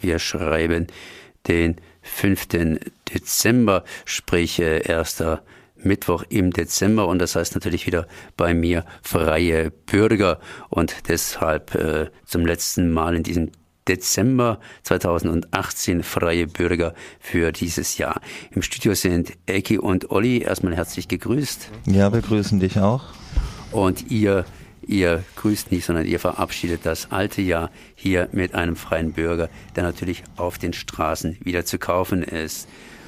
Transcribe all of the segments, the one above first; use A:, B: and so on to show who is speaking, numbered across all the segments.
A: Wir schreiben den 5. Dezember, sprich erster Mittwoch im Dezember, und das heißt natürlich wieder bei mir freie Bürger, und deshalb zum letzten Mal in diesem Dezember 2018 freie Bürger für dieses Jahr. Im Studio sind Ecki und Olli. Erstmal herzlich gegrüßt.
B: Ja, wir grüßen dich auch.
A: Und ihr grüßt nicht, sondern ihr verabschiedet das alte Jahr hier mit einem freien Bürger, der natürlich auf den Straßen wieder zu kaufen ist.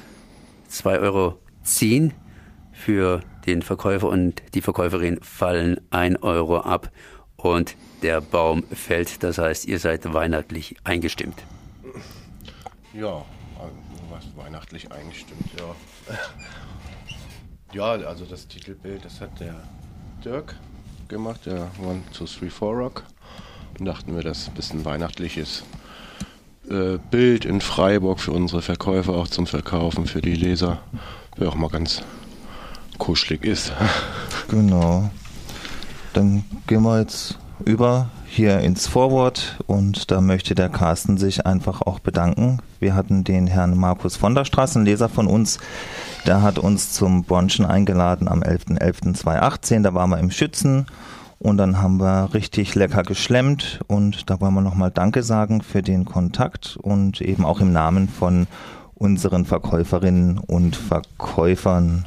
A: 2,10 € für den Verkäufer und die Verkäuferin fallen 1 € ab und der Baum fällt. Das heißt, ihr seid weihnachtlich eingestimmt.
C: Ja, was weihnachtlich eingestimmt, ja. Ja, also das Titelbild, das hat der Dirk gemacht, der 1, 2, 3, 4 Rock. Und dachten wir, das ein bisschen weihnachtliches Bild in Freiburg für unsere Verkäufer auch zum Verkaufen, für die Leser, wer auch mal ganz kuschelig ist.
B: Genau. Dann gehen wir jetzt über hier ins Vorwort, und da möchte der Carsten sich einfach auch bedanken. Wir hatten den Herrn Markus von der Straße, ein Leser von uns, der hat uns zum Brunchen eingeladen am 11.11.2018, da waren wir im Schützen und dann haben wir richtig lecker geschlemmt, und da wollen wir nochmal Danke sagen für den Kontakt und eben auch im Namen von unseren Verkäuferinnen und Verkäufern.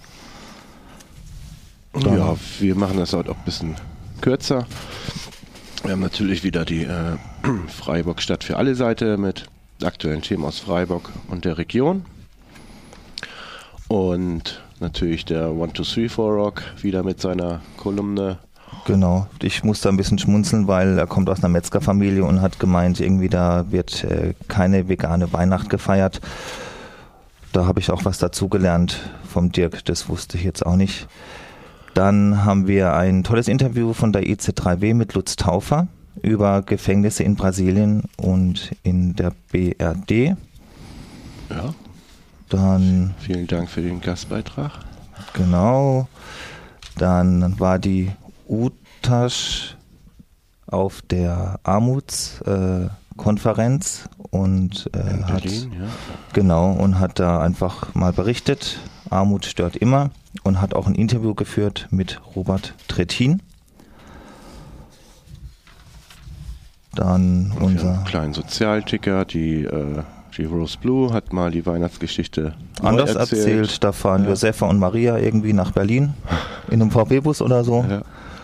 C: Ja, wir machen das halt auch ein bisschen kürzer. Wir haben natürlich wieder die Freiburg Stadt für alle Seite mit aktuellen Themen aus Freiburg und der Region. Und natürlich der 1, 2, 3, 4 Rock wieder mit seiner Kolumne.
B: Genau, ich musste ein bisschen schmunzeln, weil er kommt aus einer Metzgerfamilie und hat gemeint, irgendwie da wird keine vegane Weihnacht gefeiert. Da habe ich auch was dazugelernt vom Dirk, das wusste ich jetzt auch nicht. Dann haben wir ein tolles Interview von der EZ3W mit Lutz Taufer über Gefängnisse in Brasilien und in der BRD.
C: Ja.
B: Dann
C: vielen Dank für den Gastbeitrag.
B: Genau. Dann war die UTASCH auf der Armutskonferenz und hat
C: Berlin, ja.
B: Genau, und hat da einfach mal berichtet, Armut stört immer, und hat auch ein Interview geführt mit Robert Trittin. Dann unser
C: kleinen Sozialticker, die Rose Blue hat mal die Weihnachtsgeschichte
B: anders erzählt. Da fahren Josefa und Maria irgendwie nach Berlin in einem VW-Bus oder so. Ja.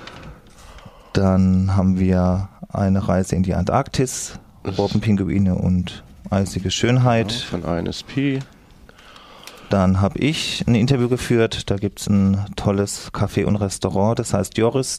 B: Dann haben wir eine Reise in die Antarktis, Robbenpinguine und eisige Schönheit.
C: Von INSP.
B: Dann habe ich ein Interview geführt, da gibt es ein tolles Café und Restaurant, das heißt Joris,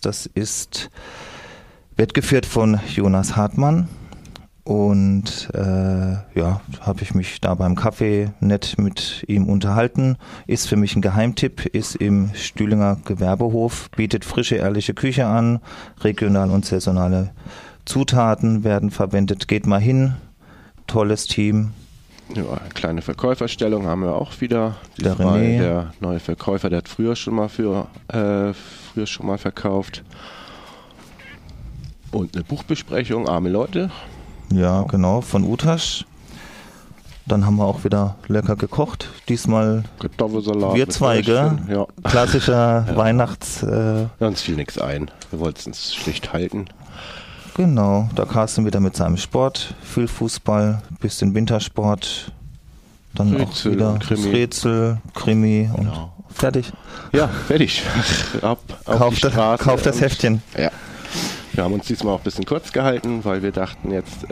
B: wird geführt von Jonas Hartmann, und habe ich mich da beim Kaffee nett mit ihm unterhalten. Ist für mich ein Geheimtipp, ist im Stühlinger Gewerbehof, bietet frische, ehrliche Küche an, regional und saisonale Zutaten werden verwendet. Geht mal hin, tolles Team.
C: Ja, eine kleine Verkäuferstellung haben wir auch wieder.
B: Der René.
C: Der neue Verkäufer, der hat früher schon mal verkauft. Und eine Buchbesprechung, arme Leute.
B: Ja, genau, von UTASCH. Dann haben wir auch wieder lecker gekocht. Diesmal
C: Kartoffelsalat.
B: Wir zwei, gell?
C: Ja.
B: Klassischer Weihnachts...
C: Uns fiel nichts ein. Wir wollten es schlicht halten.
B: Genau, da Carsten wieder mit seinem Sport, viel Fußball, bisschen Wintersport, dann
C: Rätsel,
B: auch wieder
C: Rätsel,
B: Krimi und fertig.
C: Ja, fertig.
B: Kauf das Heftchen.
C: Ja. Wir haben uns diesmal auch ein bisschen kurz gehalten, weil wir dachten jetzt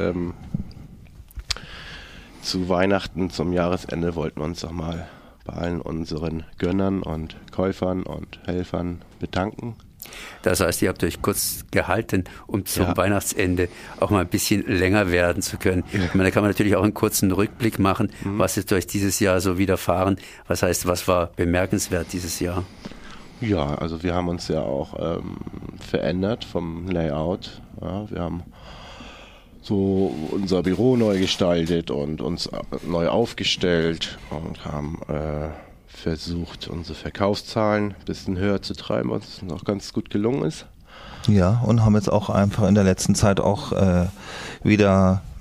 C: zu Weihnachten, zum Jahresende wollten wir uns auch mal bei allen unseren Gönnern und Käufern und Helfern bedanken.
A: Das heißt, ihr habt euch kurz gehalten, um zum Weihnachtsende auch mal ein bisschen länger werden zu können. Ja. Ich meine, da kann man natürlich auch einen kurzen Rückblick machen, was ist euch dieses Jahr so widerfahren. Was heißt, was war bemerkenswert dieses Jahr?
C: Ja, also wir haben uns ja auch verändert vom Layout. Ja, wir haben so unser Büro neu gestaltet und uns neu aufgestellt und haben versucht, unsere Verkaufszahlen ein bisschen höher zu treiben, was noch ganz gut gelungen ist.
B: Ja, und haben jetzt auch einfach in der letzten Zeit auch wieder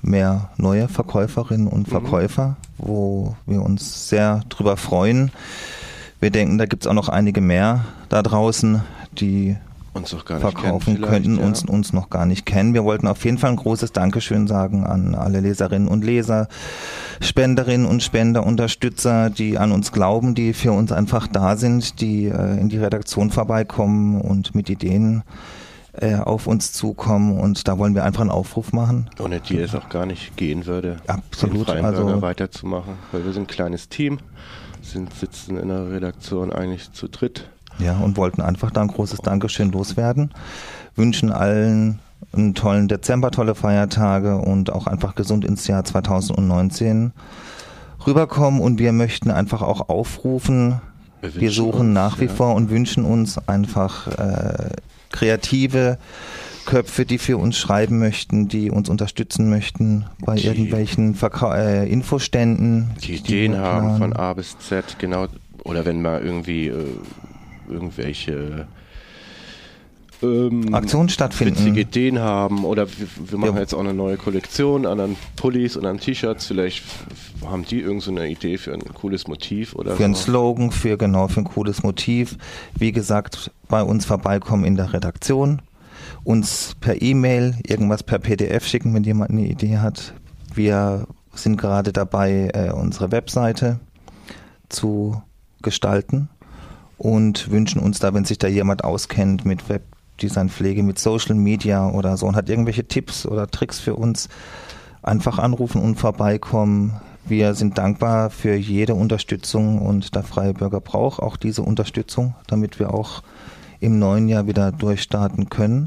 B: mehr neue Verkäuferinnen und Verkäufer, wo wir uns sehr drüber freuen. Wir denken, da gibt es auch noch einige mehr da draußen, die
C: uns noch gar nicht
B: verkaufen könnten,
C: ja.
B: uns noch gar nicht kennen. Wir wollten auf jeden Fall ein großes Dankeschön sagen an alle Leserinnen und Leser, Spenderinnen und Spender, Unterstützer, die an uns glauben, die für uns einfach da sind, die in die Redaktion vorbeikommen und mit Ideen auf uns zukommen, und da wollen wir einfach einen Aufruf machen.
C: Ohne die es auch gar nicht gehen würde,
B: absolut,
C: den Freien Bürger weiterzumachen, weil wir sind ein kleines Team, sitzen in der Redaktion eigentlich zu dritt.
B: Ja, und wollten einfach da ein großes Dankeschön loswerden, wünschen allen einen tollen Dezember, tolle Feiertage und auch einfach gesund ins Jahr 2019 rüberkommen, und wir möchten einfach auch aufrufen, wir suchen nach wie vor und wünschen uns einfach kreative Köpfe, die für uns schreiben möchten, die uns unterstützen möchten bei irgendwelchen Infoständen.
C: Die Ideen haben von A bis Z, genau, oder wenn mal irgendwie irgendwelche
B: Aktionen stattfinden.
C: Witzige Ideen haben, oder wir machen jetzt auch eine neue Kollektion an den Pullis und an T-Shirts, vielleicht haben die irgend so eine Idee für ein cooles Motiv oder
B: für einen Slogan, für ein cooles Motiv. Wie gesagt, bei uns vorbeikommen in der Redaktion, uns per E-Mail, irgendwas per PDF schicken, wenn jemand eine Idee hat. Wir sind gerade dabei, unsere Webseite zu gestalten und wünschen uns da, wenn sich da jemand auskennt mit Webdesign-Pflege, mit Social Media oder so und hat irgendwelche Tipps oder Tricks für uns, einfach anrufen und vorbeikommen. Wir sind dankbar für jede Unterstützung, und der Freie Bürger braucht auch diese Unterstützung, damit wir auch im neuen Jahr wieder durchstarten können.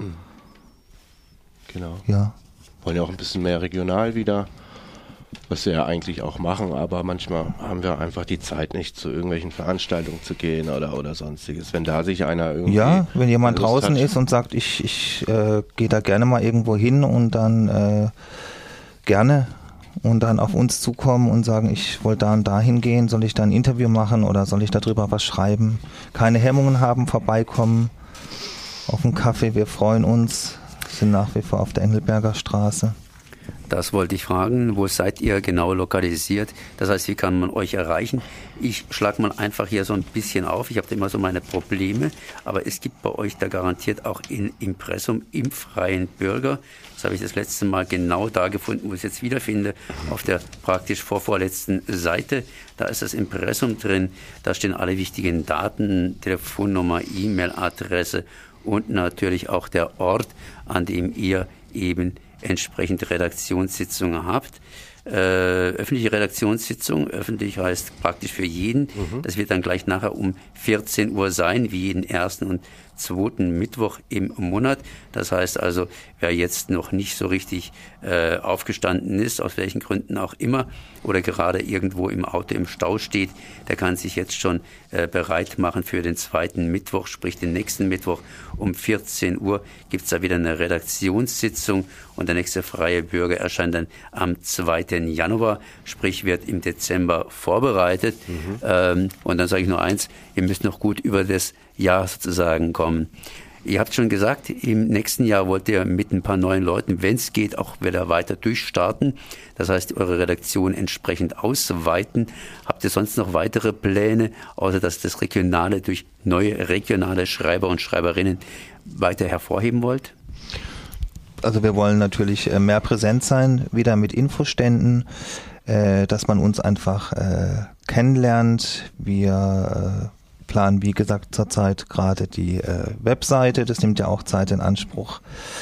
C: Genau.
B: Ja.
C: Wollen ja auch ein bisschen mehr regional wieder, was wir ja eigentlich auch machen, aber manchmal haben wir einfach die Zeit nicht, zu irgendwelchen Veranstaltungen zu gehen oder sonstiges. Wenn da sich einer irgendwie...
B: Ja, wenn jemand draußen ist und sagt, ich gehe da gerne mal irgendwo hin, und dann gerne und dann auf uns zukommen und sagen, ich wollte da und da hingehen, soll ich da ein Interview machen oder soll ich darüber was schreiben? Keine Hemmungen haben, vorbeikommen auf einen Kaffee, wir freuen uns, sind nach wie vor auf der Engelberger Straße.
A: Das wollte ich fragen. Wo seid ihr genau lokalisiert? Das heißt, wie kann man euch erreichen? Ich schlage mal einfach hier so ein bisschen auf. Ich habe da immer so meine Probleme. Aber es gibt bei euch da garantiert auch ein Impressum im Freien Bürger. Das habe ich das letzte Mal genau da gefunden, wo ich es jetzt wiederfinde. Auf der praktisch vorvorletzten Seite. Da ist das Impressum drin. Da stehen alle wichtigen Daten, Telefonnummer, E-Mail-Adresse und natürlich auch der Ort, an dem ihr eben entsprechend Redaktionssitzungen habt. Öffentliche Redaktionssitzung, öffentlich heißt praktisch für jeden. Das wird dann gleich nachher um 14 Uhr sein, wie jeden ersten und zweiten Mittwoch im Monat. Das heißt also, wer jetzt noch nicht so richtig aufgestanden ist, aus welchen Gründen auch immer, oder gerade irgendwo im Auto im Stau steht, der kann sich jetzt schon bereit machen für den zweiten Mittwoch, sprich den nächsten Mittwoch um 14 Uhr gibt's da wieder eine Redaktionssitzung, und der nächste Freie Bürger erscheint dann am 2. Januar, sprich wird im Dezember vorbereitet. Und dann sage ich nur eins, ihr müsst noch gut über das Jahr sozusagen kommen. Ihr habt schon gesagt, im nächsten Jahr wollt ihr mit ein paar neuen Leuten, wenn es geht, auch wieder weiter durchstarten. Das heißt, eure Redaktion entsprechend ausweiten. Habt ihr sonst noch weitere Pläne, außer dass das Regionale durch neue regionale Schreiber und Schreiberinnen weiter hervorheben wollt?
B: Also wir wollen natürlich mehr präsent sein, wieder mit Infoständen, dass man uns einfach kennenlernt. Wir planen, wie gesagt, zurzeit gerade die Webseite. Das nimmt ja auch Zeit in Anspruch.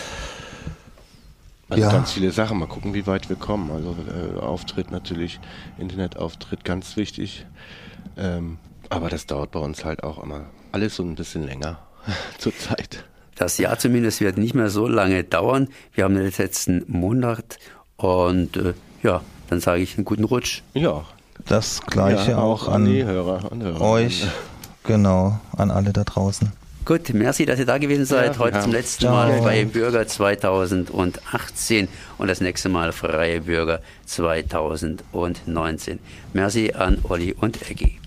C: Also ganz viele Sachen. Mal gucken, wie weit wir kommen. Also Auftritt natürlich, Internetauftritt ganz wichtig. Aber das dauert bei uns halt auch immer alles so ein bisschen länger zurzeit.
A: Das Jahr zumindest wird nicht mehr so lange dauern. Wir haben den letzten Monat und dann sage ich einen guten Rutsch.
C: Ja.
B: Das Gleiche auch an
C: die Hörer und Hörer.
B: Euch, genau, an alle da draußen.
A: Gut, merci, dass ihr da gewesen seid. Heute zum letzten Mal Freie Bürger 2018 und das nächste Mal Freie Bürger 2019. Merci an Olli und Eggi.